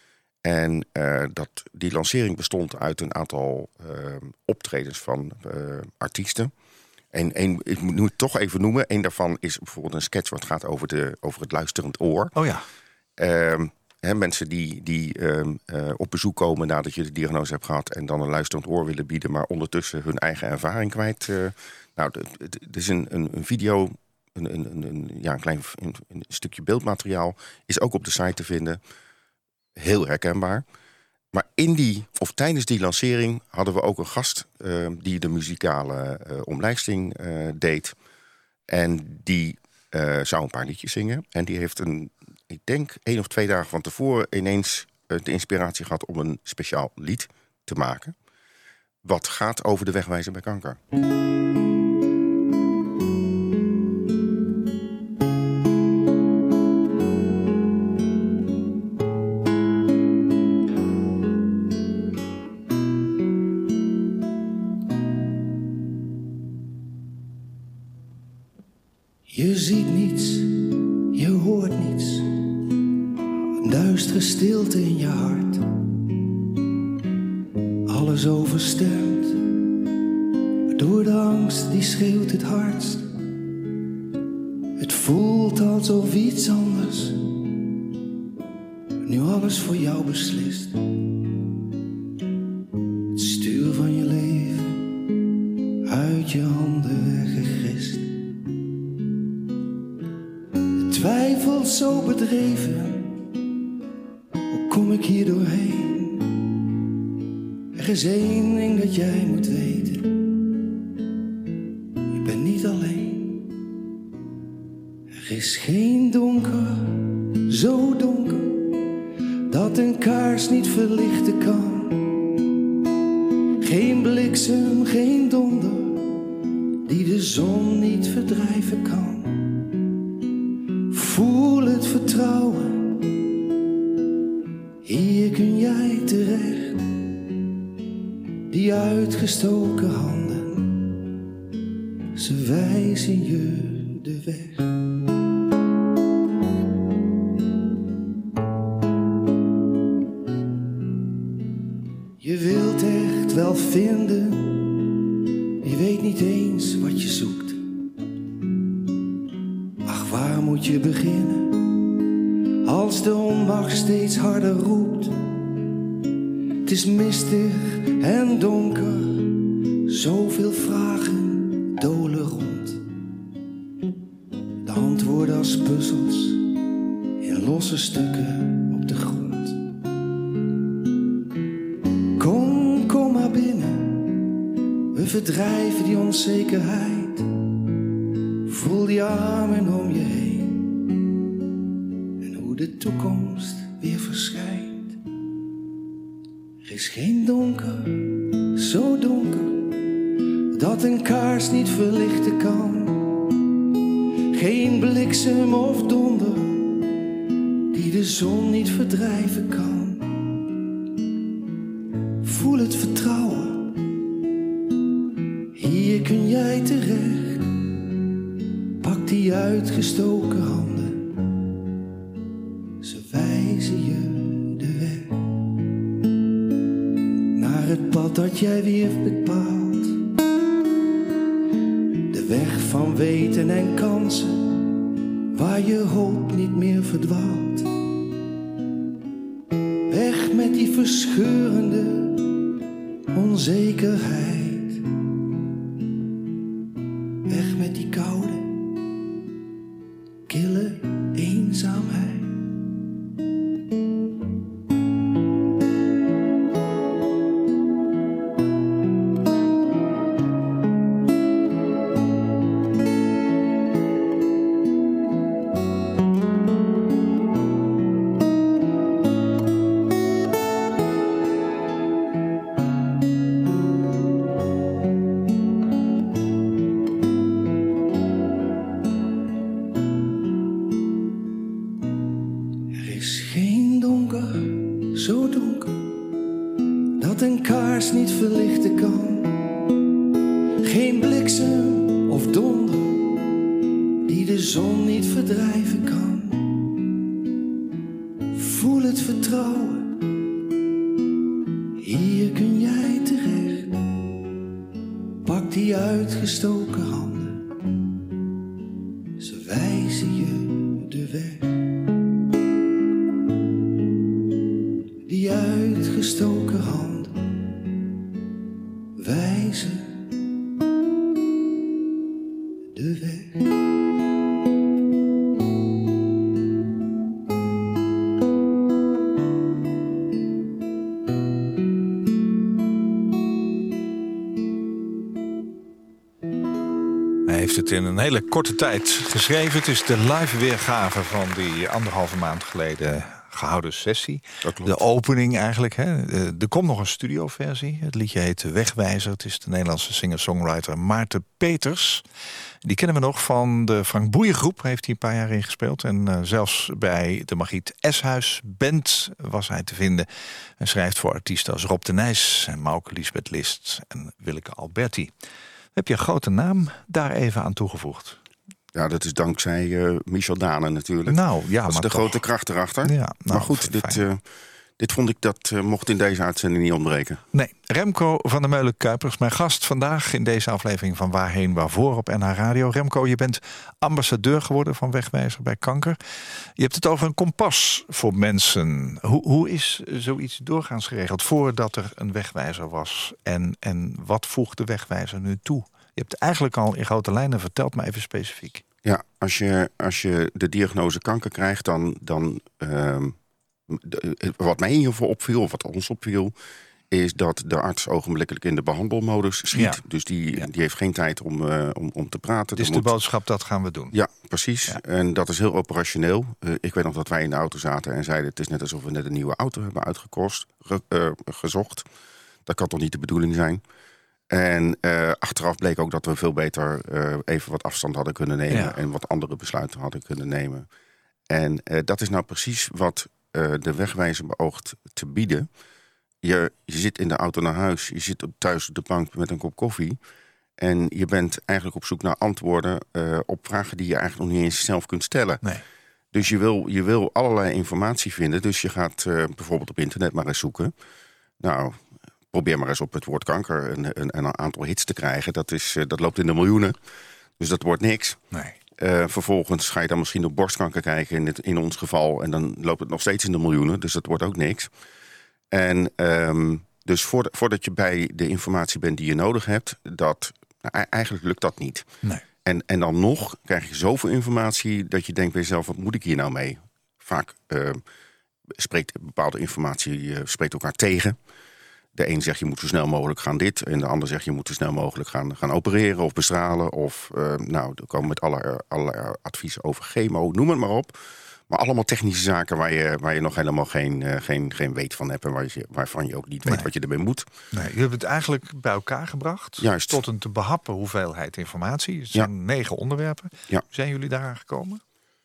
En uh, dat, die lancering bestond uit een aantal uh, optredens van uh, artiesten. En een, ik moet het toch even noemen. Een daarvan is bijvoorbeeld een sketch wat gaat over, de, over het luisterend oor. Oh ja. Uh, He, mensen die, die uh, uh, op bezoek komen nadat je de diagnose hebt gehad en dan een luisterend oor willen bieden, maar ondertussen hun eigen ervaring kwijt. Uh, nou, het is een, een, een video, een, een, een, ja, een klein een, een stukje beeldmateriaal, is ook op de site te vinden. Heel herkenbaar. Maar in die, of tijdens die lancering hadden we ook een gast uh, die de muzikale uh, omlijsting uh, deed. En die uh, zou een paar liedjes zingen. En die heeft een, ik denk één of twee dagen van tevoren ineens uh, de inspiratie gehad om een speciaal lied te maken. Wat gaat over de wegwijzer bij kanker. Je ziet niets, je hoort niets. Een duistere stilte in je hart. Alles overstemd door de angst die schreeuwt het hardst. Het voelt alsof iets anders nu alles voor jou beslist. Het stuur van je leven uit je handen weggegist. De twijfel zo bedreven, hoe kom ik hier doorheen? Er is één ding dat jij moet weten, je bent niet alleen. Er is geen donker, zo donker, dat een kaars niet verlichten kan. Geen bliksem, geen donder, die de zon niet verdrijven kan. Voel het vertrouwen, hier kun jij terecht. Die uitgestoken handen, ze wijzen je de weg. Je wilt echt wel vinden, je weet niet eens wat je zoekt. Ach, waar moet je beginnen, als de onmacht steeds harder roept. Het is mistig en donker, zoveel vragen dolen rond. De antwoorden als puzzels in losse stukken op de grond. Kom, kom maar binnen, we verdrijven die onzekerheid. Voel die armen om je heen en hoe de toekomst weer verschijnt. Er is geen donker, zo donker, dat een kaars niet verlichten kan. Geen bliksem of donder, die de zon niet verdrijven kan. Voel het vertrouwen, hier kun jij terecht. Pak die uitgestoken handen, ze wijzen je de weg. Naar het pad dat jij weer bepaalt. De weg van weten en kansen, waar je hoop niet meer verdwaalt. Weg met die verscheurende onzekerheid. Weg met die koude, kille eenzaamheid. Zo donker, dat een kaars niet verlichten kan. Geen bliksem of donder, die de zon niet verdrijven kan. Voel het vertrouwen, hier kun jij terecht. Pak die uitgestoken handen, ze wijzen je de weg. Die uitgestoken handen wijzen de weg. Hij heeft het in een hele korte tijd geschreven. Het is de live weergave van die anderhalve maand geleden gehouden sessie. De opening eigenlijk. Hè. Er komt nog een studioversie. Het liedje heet Wegwijzer. Het is de Nederlandse singer-songwriter Maarten Peters. Die kennen we nog van de Frank Boeien groep. Heeft hij een paar jaar ingespeeld. En uh, zelfs bij de Margriet Eshuis Band was hij te vinden. En schrijft voor artiesten als Rob de Nijs en Mauke Lisbeth List en Willeke Alberti. Heb je een grote naam daar even aan toegevoegd? Ja, dat is dankzij uh, Michel Dane natuurlijk. Nou, ja, dat is maar de toch. grote kracht erachter. Ja, nou, maar goed, dit, uh, dit vond ik dat uh, mocht in deze uitzending niet ontbreken. Nee, Remco van der Meulen-Kuipers, mijn gast vandaag in deze aflevering van Waarheen Waarvoor op N H Radio. Remco, je bent ambassadeur geworden van Wegwijzer bij kanker. Je hebt het over een kompas voor mensen. Hoe, hoe is zoiets doorgaans geregeld voordat er een wegwijzer was? En, en wat voegt de wegwijzer nu toe? Je hebt eigenlijk al in grote lijnen verteld, maar even specifiek. Ja, als je, als je de diagnose kanker krijgt, dan... dan uh, de, wat mij in ieder geval opviel, of wat ons opviel, is dat de arts ogenblikkelijk in de behandelmodus schiet. Ja. Dus die, ja. die heeft geen tijd om, uh, om, om te praten. Dus de moet... boodschap, dat gaan we doen. Ja, precies. Ja. En dat is heel operationeel. Uh, ik weet nog dat wij in de auto zaten en zeiden... het is net alsof we net een nieuwe auto hebben uitgekost, ge, uh, gezocht. Dat kan toch niet de bedoeling zijn? En uh, achteraf bleek ook dat we veel beter uh, even wat afstand hadden kunnen nemen... Ja. en wat andere besluiten hadden kunnen nemen. En uh, dat is nou precies wat uh, de wegwijzer beoogt te bieden. Je, je zit in de auto naar huis, je zit thuis op de bank met een kop koffie... en je bent eigenlijk op zoek naar antwoorden uh, op vragen die je eigenlijk nog niet eens zelf kunt stellen. Nee. Dus je wil, je wil allerlei informatie vinden. Dus je gaat uh, bijvoorbeeld op internet maar eens zoeken. Nou... Probeer maar eens op het woord kanker een, een, een aantal hits te krijgen. Dat, is, dat loopt in de miljoenen. Dus dat wordt niks. Nee. Uh, vervolgens ga je dan misschien op borstkanker kijken in, dit, in ons geval. En dan loopt het nog steeds in de miljoenen. Dus dat wordt ook niks. En um, dus voordat, voordat je bij de informatie bent die je nodig hebt... Dat, nou, eigenlijk lukt dat niet. Nee. En, en dan nog krijg je zoveel informatie dat je denkt bij jezelf... wat moet ik hier nou mee? Vaak uh, spreekt bepaalde informatie uh, spreekt elkaar tegen... De een zegt je moet zo snel mogelijk gaan dit. En de ander zegt je moet zo snel mogelijk gaan, gaan opereren of bestralen. Of uh, nou, er komen met allerlei, allerlei adviezen over chemo, noem het maar op. Maar allemaal technische zaken waar je, waar je nog helemaal geen, uh, geen, geen weet van hebt. En waar je, waarvan je ook niet weet nee. wat je ermee moet. Nee, je hebt het eigenlijk bij elkaar gebracht. Juist. Tot een te behappen hoeveelheid informatie. Het zijn ja. negen onderwerpen. Ja. Zijn jullie daaraan gekomen?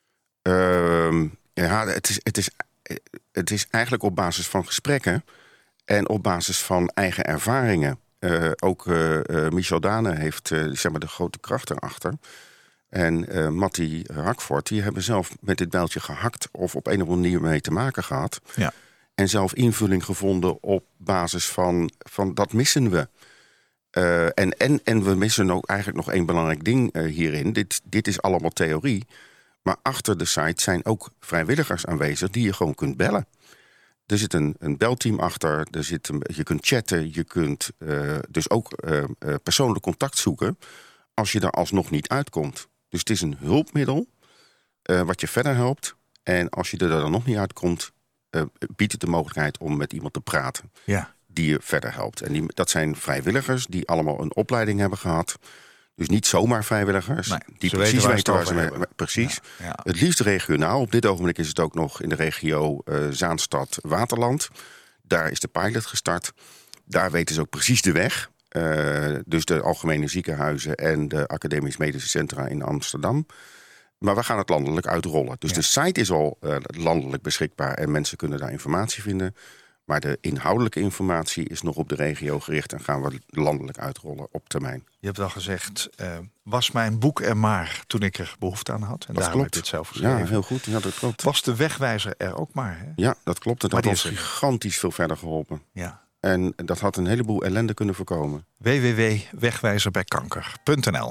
Uh, ja, het is, het, is, het is eigenlijk op basis van gesprekken. En op basis van eigen ervaringen. Uh, ook uh, uh, Michel Dane heeft uh, zeg maar de grote kracht erachter. En uh, Matti Hakvoort, die hebben zelf met dit bijltje gehakt... of op een of andere manier mee te maken gehad. Ja. En zelf invulling gevonden op basis van, van dat missen we. Uh, en, en, en we missen ook eigenlijk nog één belangrijk ding uh, hierin. Dit, dit is allemaal theorie. Maar achter de site zijn ook vrijwilligers aanwezig... die je gewoon kunt bellen. Er zit een, een belteam achter, er zit een, je kunt chatten, je kunt uh, dus ook uh, uh, persoonlijk contact zoeken als je daar alsnog niet uitkomt. Dus het is een hulpmiddel uh, wat je verder helpt. En als je er dan nog niet uitkomt, uh, biedt het de mogelijkheid om met iemand te praten ja. die je verder helpt. En die, dat zijn vrijwilligers die allemaal een opleiding hebben gehad. Dus niet zomaar vrijwilligers. Nee, die precies weten waar, weten waar ze mee hebben. Precies. Ja, ja. Het liefst regionaal. Op dit ogenblik is het ook nog in de regio uh, Zaanstad-Waterland. Daar is de pilot gestart. Daar weten ze ook precies de weg. Uh, dus de algemene ziekenhuizen en de academisch medische centra in Amsterdam. Maar we gaan het landelijk uitrollen. Dus ja. de site is al uh, landelijk beschikbaar en mensen kunnen daar informatie vinden. Maar de inhoudelijke informatie is nog op de regio gericht... en gaan we landelijk uitrollen op termijn. Je hebt wel gezegd, uh, was mijn boek er maar toen ik er behoefte aan had. En dat daarom klopt. heb je het zelf geschreven. Ja, heel goed. Ja, dat klopt. Was de wegwijzer er ook maar? Hè? Ja, dat klopt. Het had ons gigantisch veel verder geholpen. Ja. En dat had een heleboel ellende kunnen voorkomen. w w w punt wegwijzerbijkanker punt n l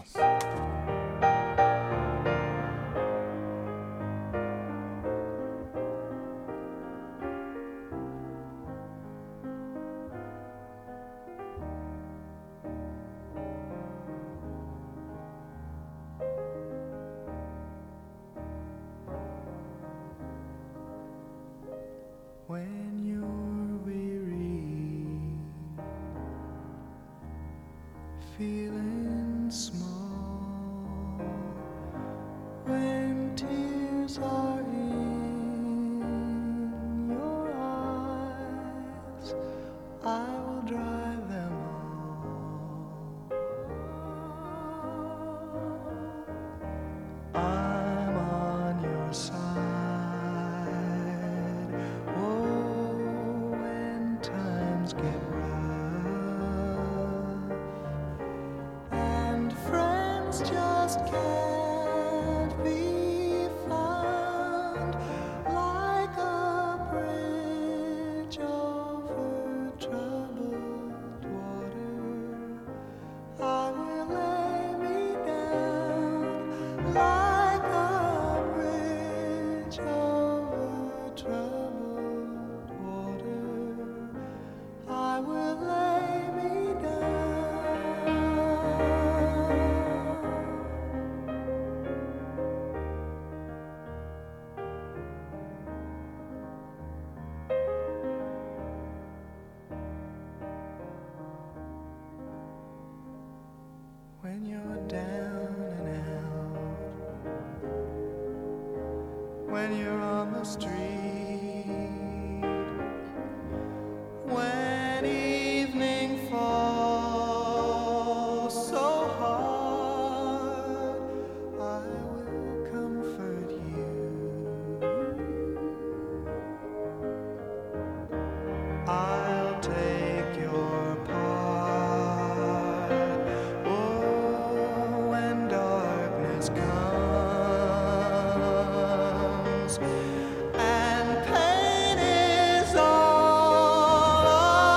feeling small when tears are in your eyes. I will dry them all. I'm on your side. Oh, when times get rough. Just can't when you're on the street. When evening falls so hard, I will comfort you. I'll take your part. Oh, when darkness comes and pain is all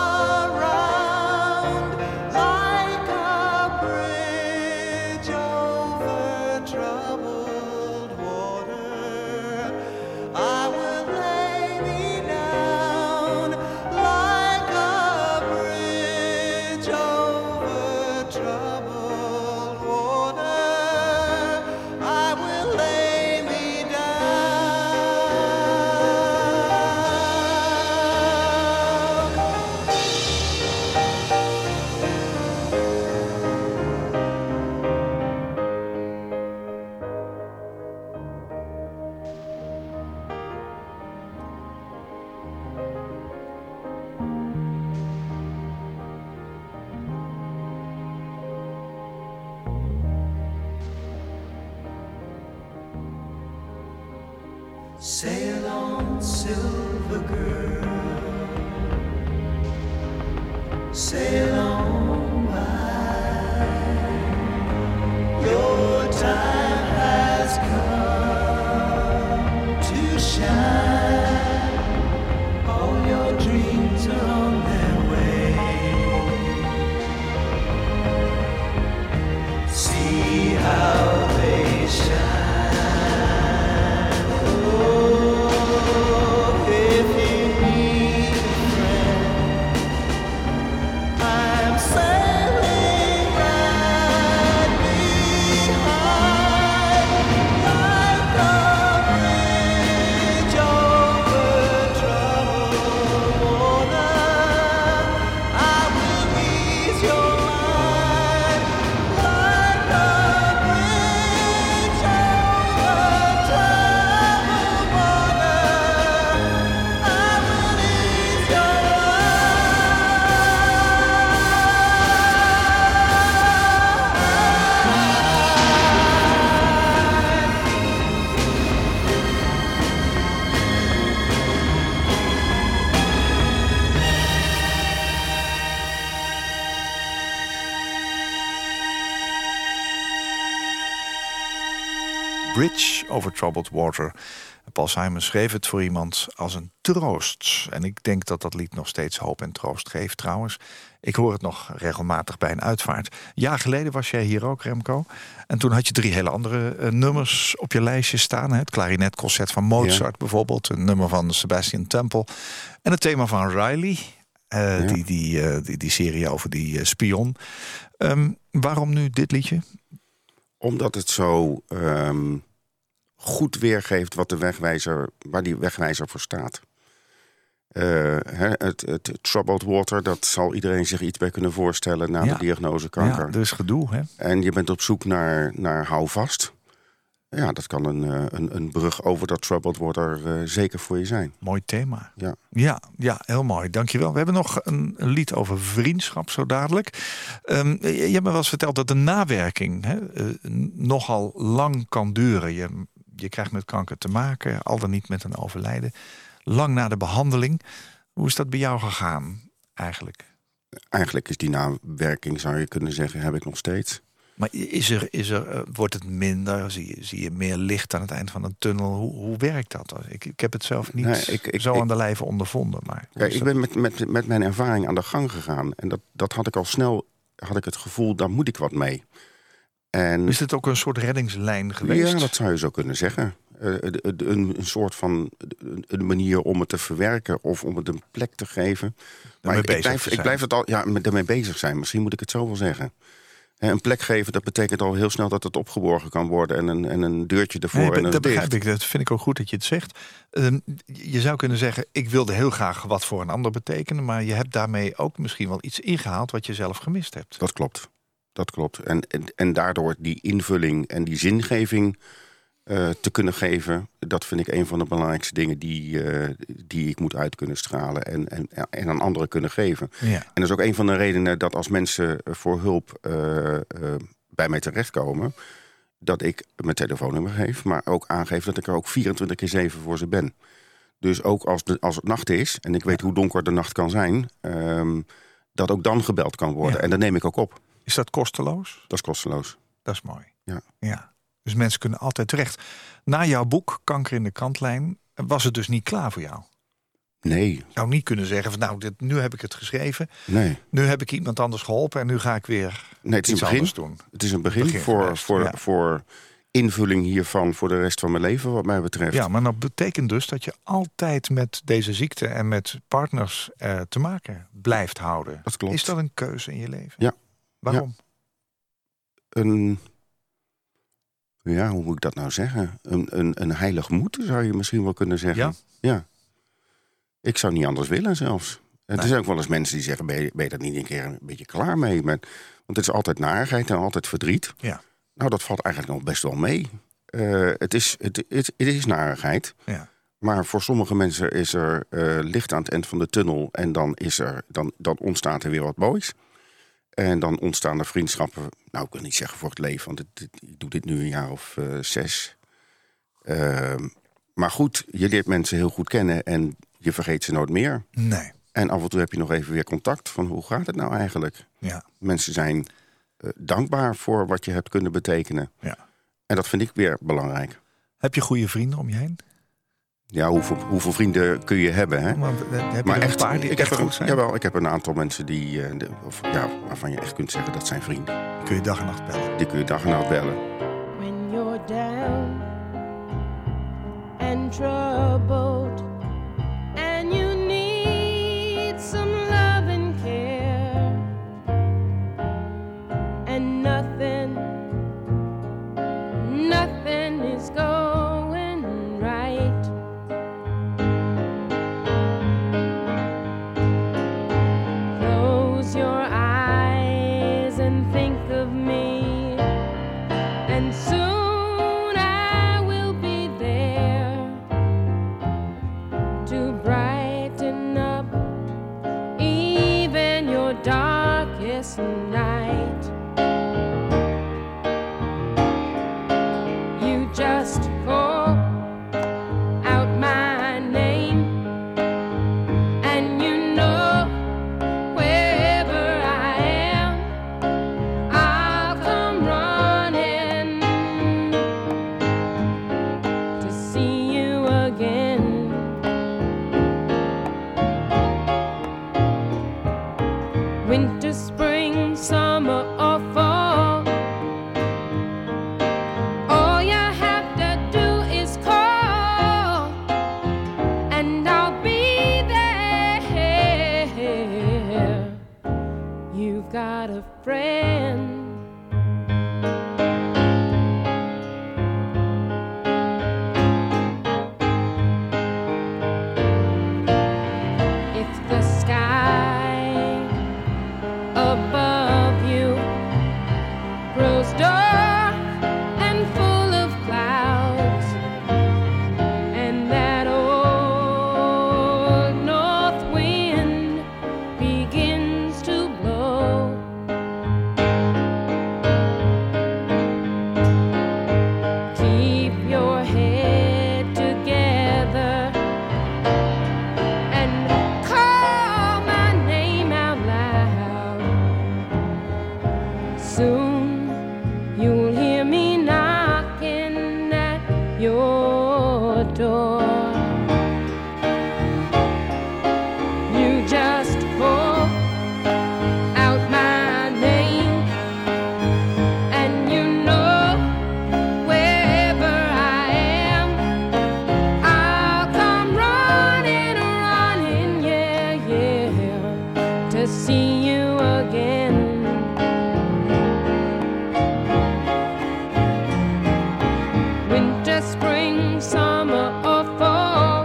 around, like a bridge over troubled water, I will lay me down. Like a bridge over troubled water, I will lay me sail on, silver girl, sail on by. Your time has come to shine. All your dreams are on their way. See how they shine. Bridge over Troubled Water. Paul Simon schreef het voor iemand als een troost. En ik denk dat dat lied nog steeds hoop en troost geeft trouwens. Ik hoor het nog regelmatig bij een uitvaart. Een jaar geleden was jij hier ook, Remco. En toen had je drie hele andere uh, nummers op je lijstje staan. Hè? Het klarinetconcert van Mozart ja. bijvoorbeeld. Een nummer van Sebastian Temple. En het thema van Riley. Uh, ja. die, die, uh, die, die serie over die uh, spion. Um, waarom nu dit liedje? Omdat het zo um, goed weergeeft wat de wegwijzer, waar die wegwijzer voor staat. Uh, het, het troubled water, dat zal iedereen zich iets bij kunnen voorstellen na ja. de diagnose kanker. Ja, dus gedoe, hè? En je bent op zoek naar, naar houvast. Ja, dat kan een, een, een brug over dat troubled water uh, zeker voor je zijn. Mooi thema. Ja. Ja, ja, heel mooi. Dankjewel. We hebben nog een, een lied over vriendschap zo dadelijk. Um, je, je hebt me wel eens verteld dat de nawerking hè, uh, nogal lang kan duren. Je, je krijgt met kanker te maken, al dan niet met een overlijden. Lang na de behandeling. Hoe is dat bij jou gegaan eigenlijk? Eigenlijk is die nawerking, zou je kunnen zeggen, heb ik nog steeds. Maar is er, is er, uh, wordt het minder? Zie je, zie je meer licht aan het eind van een tunnel? Hoe, hoe werkt dat? Ik, ik heb het zelf niet nee, ik, ik, zo ik, aan de lijve ondervonden. Maar ja, ik ben met, met, met mijn ervaring aan de gang gegaan. En dat, dat had ik al snel, had ik het gevoel, daar moet ik wat mee. En, is het ook een soort reddingslijn geweest? Ja, dat zou je zo kunnen zeggen. Uh, een, een soort van een manier om het te verwerken of om het een plek te geven. Maar ik, ik, blijf, ik blijf het al, ja, ermee bezig zijn. Misschien moet ik het zo wel zeggen. Een plek geven, dat betekent al heel snel dat het opgeborgen kan worden. En een, en een deurtje ervoor nee, en een dat dicht. begrijp ik. Dat vind ik ook goed dat je het zegt. Um, je zou kunnen zeggen, ik wilde heel graag wat voor een ander betekenen. Maar je hebt daarmee ook misschien wel iets ingehaald wat je zelf gemist hebt. Dat klopt. Dat klopt. En, en, en daardoor die invulling en die zingeving uh, te kunnen geven. Dat vind ik een van de belangrijkste dingen die, uh, die ik moet uit kunnen stralen. En, en, en aan anderen kunnen geven. Ja. En dat is ook een van de redenen dat als mensen voor hulp uh, uh, bij mij terechtkomen, dat ik mijn telefoonnummer geef. Maar ook aangeef dat ik er ook vierentwintig keer zeven voor ze ben. Dus ook als, de, als het nacht is, en ik weet hoe donker de nacht kan zijn, Um, dat ook dan gebeld kan worden. Ja. En dat neem ik ook op. Is dat kosteloos? Dat is kosteloos. Dat is mooi. Ja. Ja. Dus mensen kunnen altijd terecht. Na jouw boek, Kanker in de kantlijn, was het dus niet klaar voor jou? Nee. Je zou niet kunnen zeggen van nou, dit, nu heb ik het geschreven. Nee. Nu heb ik iemand anders geholpen en nu ga ik weer nee, het is iets een begin. anders doen. Het is een begin, begin voor, geweest, voor, ja. voor invulling hiervan voor de rest van mijn leven wat mij betreft. Ja, maar dat betekent dus dat je altijd met deze ziekte en met partners uh, te maken blijft houden. Dat klopt. Is dat een keuze in je leven? Ja. Waarom? Ja. Een, ja, hoe moet ik dat nou zeggen? Een, een, een heilig moeten zou je misschien wel kunnen zeggen. Ja? Ja. Ik zou niet anders willen zelfs. Nee. Er zijn ook wel eens mensen die zeggen, ben je, ben je dat niet een keer een beetje klaar mee? Met, want het is altijd narigheid en altijd verdriet. Ja. Nou, dat valt eigenlijk nog best wel mee. Uh, het, is, het, het, het is narigheid. Ja. Maar voor sommige mensen is er uh, licht aan het eind van de tunnel. En dan, is er, dan, dan ontstaat er weer wat moois. En dan ontstaan er vriendschappen. Nou, ik wil niet zeggen voor het leven. Want het, het, ik doe dit nu een jaar of uh, zes. Uh, maar goed, je leert mensen heel goed kennen. En je vergeet ze nooit meer. Nee. En af en toe heb je nog even weer contact. Van hoe gaat het nou eigenlijk? Ja. Mensen zijn uh, dankbaar voor wat je hebt kunnen betekenen. Ja. En dat vind ik weer belangrijk. Heb je goede vrienden om je heen? Ja, hoeveel, hoeveel vrienden kun je hebben, hè? Maar heb je maar er echt, een paar die ik echt heb er, goed zijn? Jawel, ik heb een aantal mensen die, uh, de, of, ja, waarvan je echt kunt zeggen dat zijn vrienden. Die kun je dag en nacht bellen. Die kun je dag en nacht bellen. When you're down and troubled and you need some love and care and nothing, nothing is going right. Close your eyes and think of me, and soon I will be there to brighten up even your darkest night. You just call out my name, and you know wherever I am, I'll come running to see you again. Winter, spring, summer, or fall, all you have to do is call, and I'll be there. You've got a friend. If the sky above you grows dark and full of clouds, and that old north wind begins to blow, keep your head together and call my name out loud. Soon you'll hear me knocking at your door. You just call out my name, and you know wherever I am, I'll come running, running, yeah, yeah, to see you again. Winter, spring, summer, or fall,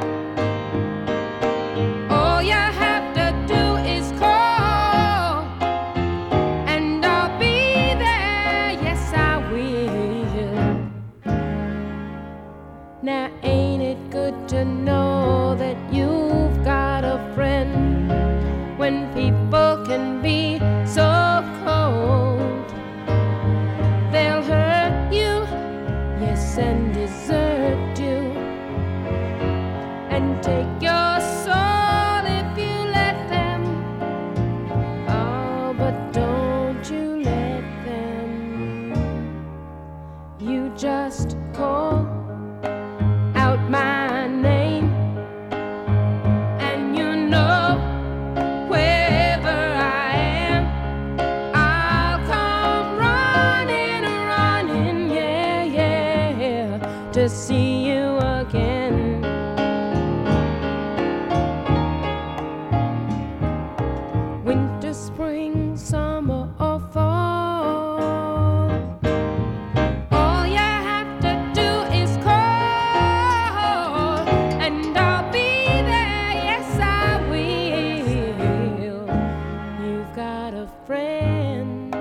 all you have to do is call, and I'll be there, yes I will. people can be so cold. They'll hurt you, yes, and desert you, and take your soul if you let them. Oh, but don't you let them. You just call out my name, and you know wherever I am, I'll come running, running, yeah, yeah, to see you again. Winter, spring, summer, or fall, all you have to do is call, and I'll be there, yes I will. You've got a friend.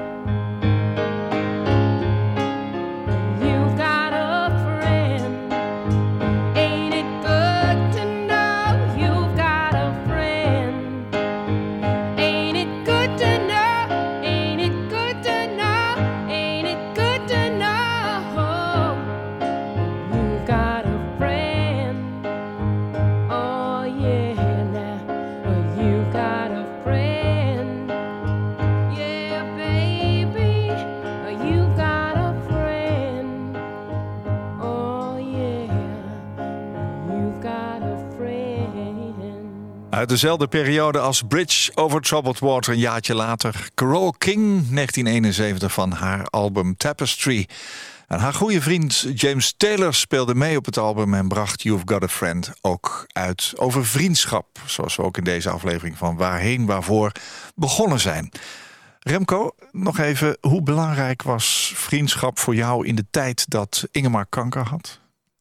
You've got a friend. Ain't it good to know you've got a friend? Ain't it good to know? Ain't it good to know? Ain't it good to know you've got a friend? Oh yeah, now you've got a friend. Yeah, baby, you've got a friend. Oh yeah, you've got a friend. Uit dezelfde periode als Bridge Over Troubled Water een jaartje later. Carole King, negentien eenenzeventig, van haar album Tapestry. En haar goede vriend James Taylor speelde mee op het album en bracht You've Got a Friend ook uit over vriendschap. Zoals we ook in deze aflevering van Waarheen Waarvoor begonnen zijn. Remco, nog even, hoe belangrijk was vriendschap voor jou in de tijd dat Ingemar kanker had?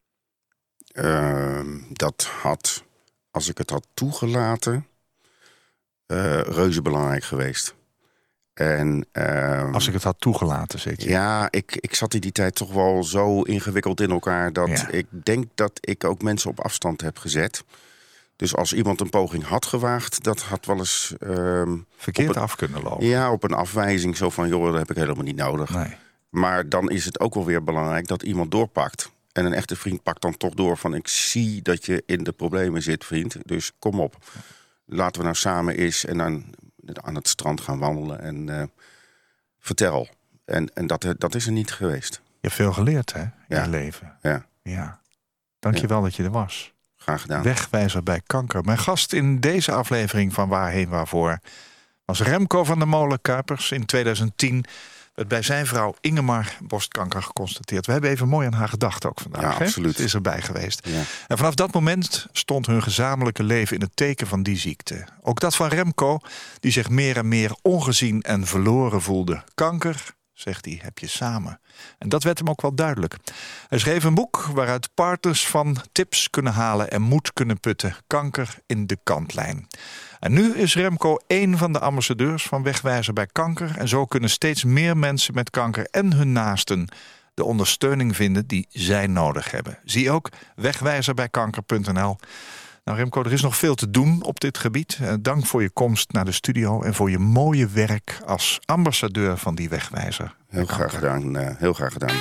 Uh, dat had, als ik het had toegelaten, uh, reuze belangrijk geweest. En, uh, Als ik het had toegelaten, zeker. ja, ik, ik zat in die tijd toch wel zo ingewikkeld in elkaar dat Ja. ik denk dat ik ook mensen op afstand heb gezet. Dus als iemand een poging had gewaagd, dat had wel eens uh, Verkeerd op een- af kunnen lopen. ja, op een afwijzing zo van, joh, dat heb ik helemaal niet nodig. Nee. Maar dan is het ook wel weer belangrijk dat iemand doorpakt. En een echte vriend pakt dan toch door van, ik zie dat je in de problemen zit, vriend. Dus kom op. Laten we nou samen eens en dan aan het strand gaan wandelen en uh, vertel. En, en dat, dat is er niet geweest. Je hebt veel geleerd, hè, in Ja. je leven. Ja, Ja. Dank je wel dat je er was. graag gedaan. Wegwijzer bij kanker. Mijn gast in deze aflevering van Waarheen Waarvoor was Remco van der Molen Kuipers. In tweeduizend tien werd bij zijn vrouw Ingemar borstkanker geconstateerd. We hebben even mooi aan haar gedacht ook vandaag. Ja, hè? absoluut. Het is erbij geweest. Ja. En vanaf dat moment stond hun gezamenlijke leven in het teken van die ziekte. Ook dat van Remco, die zich meer en meer ongezien en verloren voelde. Kanker, zegt hij, heb je samen. En dat werd hem ook wel duidelijk. Hij schreef een boek waaruit partners van tips kunnen halen en moed kunnen putten. Kanker in de kantlijn. En nu is Remco één van de ambassadeurs van Wegwijzer bij kanker. En zo kunnen steeds meer mensen met kanker en hun naasten de ondersteuning vinden die zij nodig hebben. Zie ook wegwijzer bij kanker punt n l. Nou Remco, er is nog veel te doen op dit gebied. Dank voor je komst naar de studio en voor je mooie werk als ambassadeur van die Wegwijzer. Heel graag gedaan. Uh, heel graag gedaan.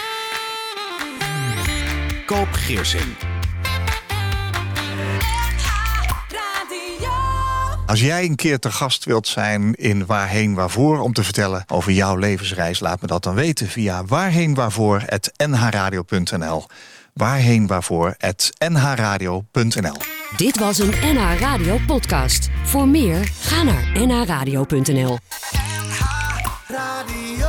Koop Geersing. Als jij een keer te gast wilt zijn in Waarheen Waarvoor om te vertellen over jouw levensreis, laat me dat dan weten via waarheen waarvoor apenstaartje n h radio punt n l. waarheen waarvoor apenstaartje n h radio punt n l. Dit was een N H Radio podcast. Voor meer, ga naar n h radio punt n l. Radio.